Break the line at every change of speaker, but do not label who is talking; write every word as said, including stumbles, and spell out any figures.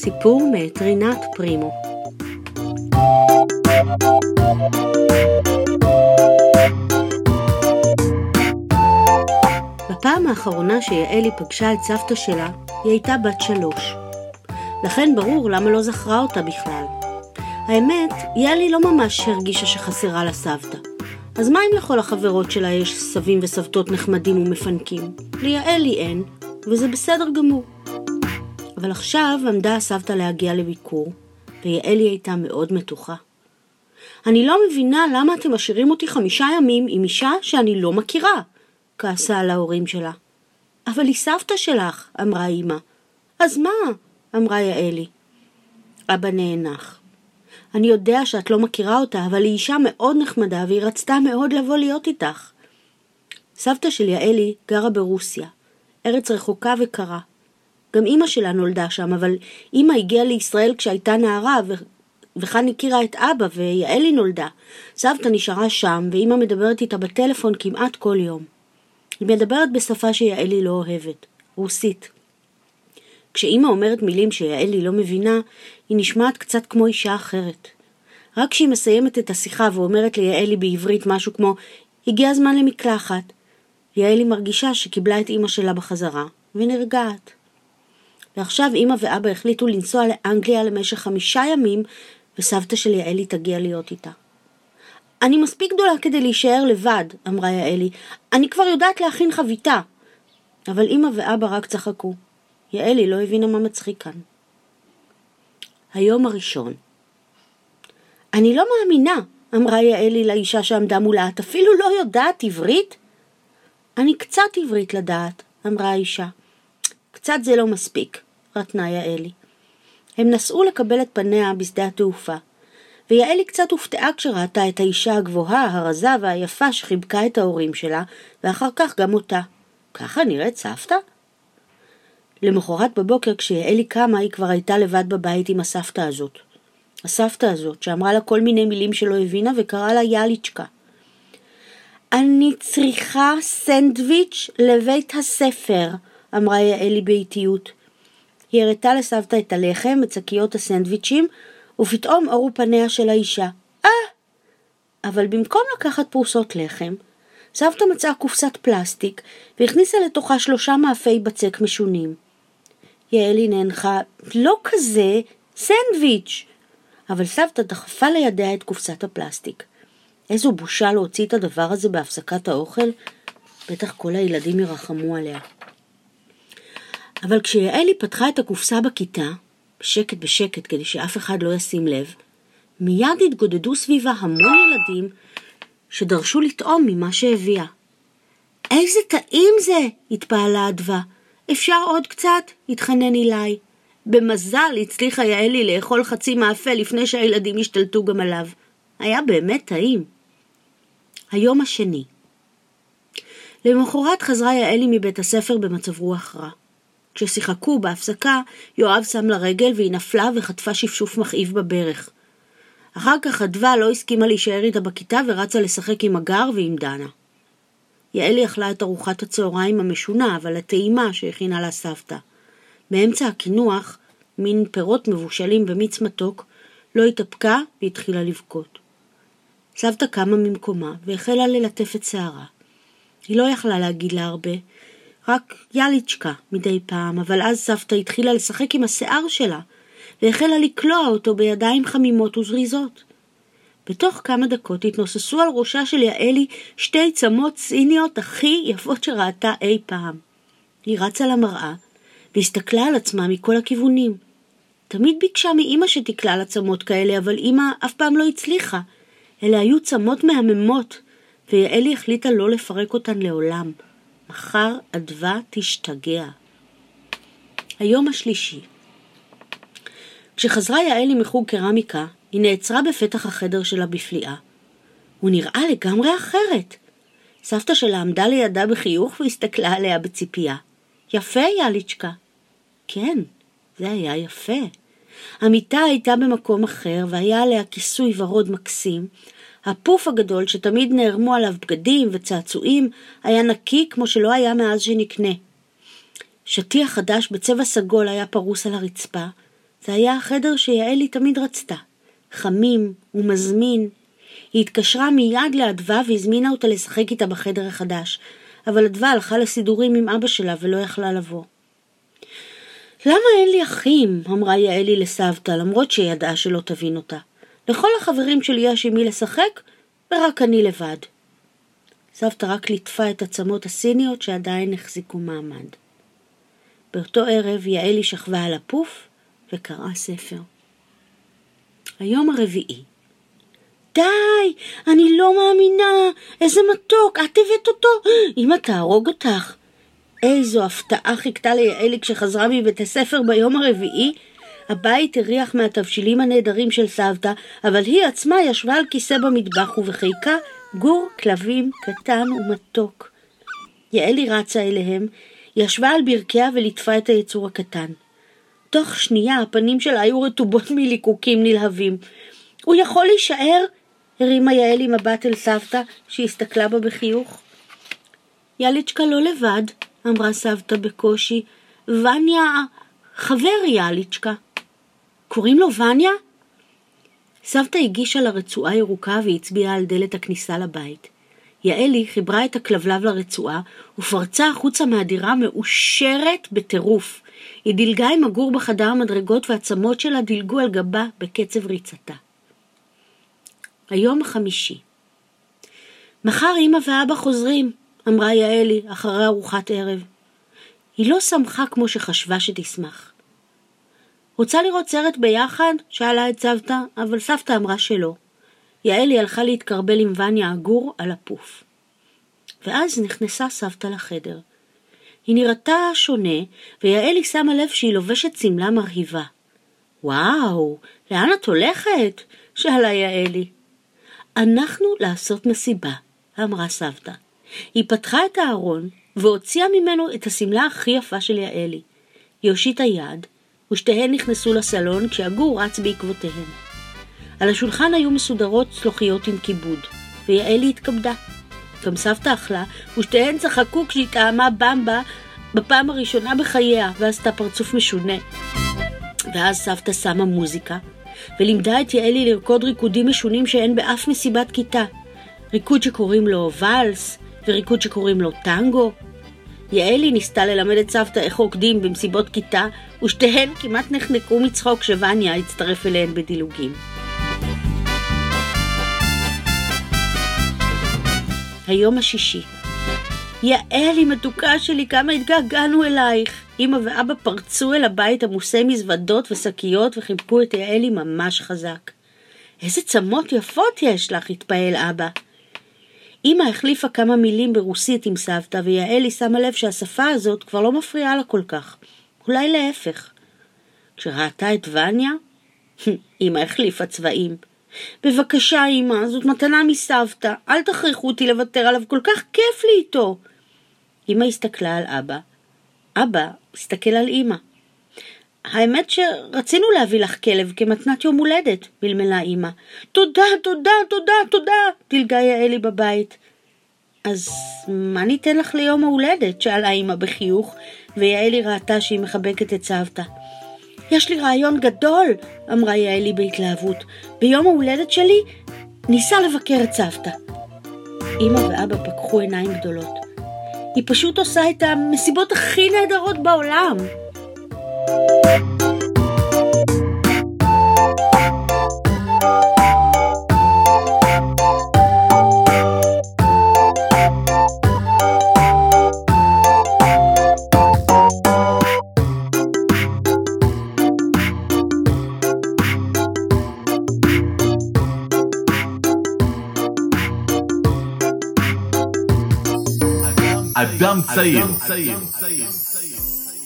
סיפור מאת רינת פרימו. בפעם האחרונה שיעלי פגשה את סבתא שלה, היא הייתה בת שלוש. לכן ברור למה לא זכרה אותה בכלל. האמת, יעלי לא ממש הרגישה שחסרה לה סבתא. אז מה אם לכל החברות שלה יש סבים וסבתות נחמדים ומפנקים? ליעלי אין, וזה בסדר גמור. אבל עכשיו עמדה הסבתא להגיע לביקור, ויעלי הייתה מאוד מתוחה. אני לא מבינה למה אתם משאירים אותי חמישה ימים עם אישה שאני לא מכירה, כעסה על ההורים שלה. אבל היא סבתא שלך, אמרה אמא. אז מה? אמרה יעלי. אבא נאנח. אני יודע שאת לא מכירה אותה, אבל היא אישה מאוד נחמדה, והיא רצתה מאוד לבוא להיות איתך. סבתא של יעלי גרה ברוסיה, ארץ רחוקה וקרה. גם אמא שלה נולדה שם, אבל אמא הגיעה לישראל כשהייתה נערה, ו... וכאן הכירה את אבא, ויעלי נולדה. סבתא נשארה שם, ואמא מדברת איתה בטלפון כמעט כל יום. היא מדברת בשפה שיעלי לא אוהבת, רוסית. כשאמא אומרת מילים שיעלי לא מבינה, היא נשמעת קצת כמו אישה אחרת. רק כשהיא מסיימת את השיחה ואומרת ליעלי בעברית משהו כמו, הגיע הזמן למקלחת, יעלי מרגישה שקיבלה את אמא שלה בחזרה, ונרגעת. ועכשיו אמא ואבא החליטו לנסוע לאנגליה למשך חמישה ימים, וסבתא של יעלי תגיע להיות איתה. אני מספיק גדולה כדי להישאר לבד, אמרה יעלי. אני כבר יודעת להכין חביתה. אבל אמא ואבא רק צחקו. יעלי לא הבינה מה מצחיק כאן. היום הראשון. אני לא מאמינה, אמרה יעלי לאישה שעמדה מולה. את אפילו לא יודעת עברית? אני קצת עברית לדעת, אמרה האישה. קצת זה לא מספיק, רטנה יעלי. הם נסעו לקבל את פניה בשדה התעופה, ויעלי קצת הופתעה כשראתה את האישה הגבוהה, הרזה והיפה שחיבקה את ההורים שלה, ואחר כך גם אותה. ככה נראית סבתא? למחרת בבוקר כשיעלי קמה, היא כבר הייתה לבד בבית עם הסבתא הזאת. הסבתא הזאת שאמרה לה כל מיני מילים שלא הבינה וקראה לה יאליצ'קה. אני צריכה סנדוויץ' לבית הספר, אמרה יעלי באיטיות. היא הראתה לסבתא את הלחם, את שקיות הסנדוויצ'ים, ופתאום אורו פניה של האישה. אה! אבל במקום לקחת פרוסות לחם, סבתא מצאה קופסת פלסטיק, והכניסה לתוכה שלושה מאפי בצק משונים. יעלי נאנחה, לא כזה, סנדוויץ'. אבל סבתא דחפה לידיה את קופסת הפלסטיק. איזו בושה להוציא את הדבר הזה בהפסקת האוכל, בטח כל הילדים ירחמו עליה. אבל כשיעלי פתחה את הקופסה בכיתה, בשקט בשקט כדי שאף אחד לא ישים לב, מיד התגודדו סביבה המון ילדים שדרשו לטעום ממה שהביאה. איזה טעים זה, התפעלה אדווה. אפשר עוד קצת? התחנן אילי. במזל הצליחה יעלי לאכול חצי מאפה לפני שהילדים השתלטו גם עליו. היה באמת טעים. היום השני. למחרת חזרה יעלי מבית הספר במצב רוח רע. כששיחקו בהפסקה, יואב שם לה רגל והיא נפלה וחטפה שפשוף מכאיב בברך. אחר כך אדווה לא הסכימה להישאר איתה בכיתה ורצה לשחק עם הגר ועם דנה. יעלי אכלה את ארוחת הצהריים המשונה, אבל הטעימה שהכינה לה סבתא. באמצע הכינוח, מין פירות מבושלים במיץ מתוק, לא התאפקה והתחילה לבכות. סבתא קמה ממקומה והחלה ללטף את שערה. היא לא יכלה להגיד לה הרבה, רק יאליצ'קה מדי פעם, אבל אז סבתא התחילה לשחק עם השיער שלה, והחלה לקלוע אותו בידיים חמימות וזריזות. בתוך כמה דקות התנוססו על ראשה של יעלי שתי צמות סיניות הכי יפות שראתה אי פעם. היא רצה למראה, והסתכלה על עצמה מכל הכיוונים. תמיד ביקשה מאמא שתקלה לצמות כאלה, אבל אמא אף פעם לא הצליחה. אלה היו צמות מהממות, ויעלי החליטה לא לפרק אותן לעולם. מחר אדווה תשתגע. היום השלישי. כשחזרה יעלי מחוג קרמיקה, היא נעצרה בפתח החדר שלה בפליאה. הוא נראה לגמרי אחרת. סבתא שלה עמדה לידה בחיוך והסתכלה עליה בציפייה. יפה, יאליצ'קה. כן, זה היה יפה. המיטה הייתה במקום אחר והיה עליה כיסוי ורוד מקסים. הפוף הגדול שתמיד נערמו עליו בגדים וצעצועים היה נקי כמו שלא היה מאז שנקנה. שטיח חדש בצבע סגול היה פרוס על הרצפה, זה היה החדר שיעלי תמיד רצתה, חמים ומזמין. היא התקשרה מיד לאדווה והזמינה אותה לשחק איתה בחדר החדש, אבל אדווה הלכה לסידורים עם אבא שלה ולא יכלה לבוא. למה אין לי אחים? אמרה יעלי לסבתא, למרות שהיא ידעה שלא תבין אותה. לכל החברים שלי יש עם מי לשחק, ורק אני לבד. סבתא רק ליטפה את עצמות הסיניות שעדיין החזיקו מעמד. באותו ערב יעלי שכבה על הפוף וקראה ספר. היום הרביעי. די, אני לא מאמינה, איזה מתוק, את הבאת אותו, אמא תהרוג אותך. איזו הפתעה חיכתה ליעלי כשחזרה מבית הספר ביום הרביעי. הבית הריח מהתבשילים הנהדרים של סבתא, אבל היא עצמה ישבה על כיסא במטבח ובחיקה גור כלבים קטן ומתוק. יעלי רצה אליהם, ישבה על ברכיה וליטפה את היצור הקטן. תוך שנייה הפנים שלה היו רטובות מליקוקים נלהבים. הוא יכול להישאר? הרימה יעלי מבט אל סבתא שהסתכלה בה בחיוך. יאליצ'קה לא לבד, אמרה סבתא בקושי. וניה, חבר יאליצ'קה. קוראים לו וניה? סבתא הגישה לרצועה ירוקה והצביעה על דלת הכניסה לבית. יעלי חיברה את הכלבלב לרצועה ופרצה החוצה מהדירה מאושרת בטירוף. היא דילגה עם הגור בחדר המדרגות והעצמות שלה דילגו על גבה בקצב ריצתה. היום החמישי. מחר אמא ואבא חוזרים, אמרה יעלי אחרי ארוחת ערב. היא לא שמחה כמו שחשבה שתשמח. רוצה לראות סרט ביחד? שאלה את סבתא, אבל סבתא אמרה שלא. יעלי הלכה להתקרבל עם וניה הגור על הפוף. ואז נכנסה סבתא לחדר. היא נראתה שונה, ויעלי שמה לב שהיא לובשת סמלה מרהיבה. וואו, לאן את הולכת? שאלה יעלי. אנחנו לעשות מסיבה, אמרה סבתא. היא פתחה את הארון והוציאה ממנו את הסמלה הכי יפה של יעלי. היא הושיטה יד, ושתיהן נכנסו לסלון כשהגור רץ בעקבותיהן. על השולחן היו מסודרות צלוחיות עם כיבוד, ויעלי התכבדה. גם סבתא אכלה, ושתיהן צחקו כשהיא טעמה במבה בפעם הראשונה בחייה, ועשתה פרצוף משונה. ואז סבתא שמה מוזיקה, ולימדה את יעלי לרקוד ריקודים משונים שאין באף מסיבת כיתה. ריקוד שקוראים לו ולס, וריקוד שקוראים לו טנגו. יעלי ניסתה ללמד את סבתא איך רוקדים במסיבות כיתה, ושתיהן כמעט נחנקו מצחוק שווניה הצטרף אליהן בדילוגים. היום השישי. יעלי מתוקה שלי, כמה התגעגענו אלייך. אמא ואבא פרצו אל הבית עמוסי מזוודות ושקיות וחיבקו את יעלי ממש חזק. איזה צמות יפות יש לך, התפעל אבא. אמא החליפה כמה מילים ברוסית עם סבתא, ויעלי שמה לב שהשפה הזאת כבר לא מפריעה לה כל כך. אולי להפך. כשראתה את וניה, אמא החליפה צבעים. בבקשה אמא, זאת מתנה מסבתא, אל תכריחו אותי לוותר עליו, כל כך כיף לי איתו. אמא הסתכלה על אבא. אבא הסתכל על אמא. האמת שרצינו להביא לך כלב כמתנת יום הולדת, מלמלה אמא. תודה, תודה, תודה, תודה, דילגה יעלי בבית. אז מה ניתן לך ליום ההולדת? שאלה אמא בחיוך, ויעלי ראתה שהיא מחבקת את סבתא. יש לי רעיון גדול, אמרה יעלי בהתלהבות. ביום ההולדת שלי ניסה לבקר את סבתא. אמא ואבא פקחו עיניים גדולות. היא פשוט עושה את המסיבות הכי נהדרות בעולם.
אדם צעיר.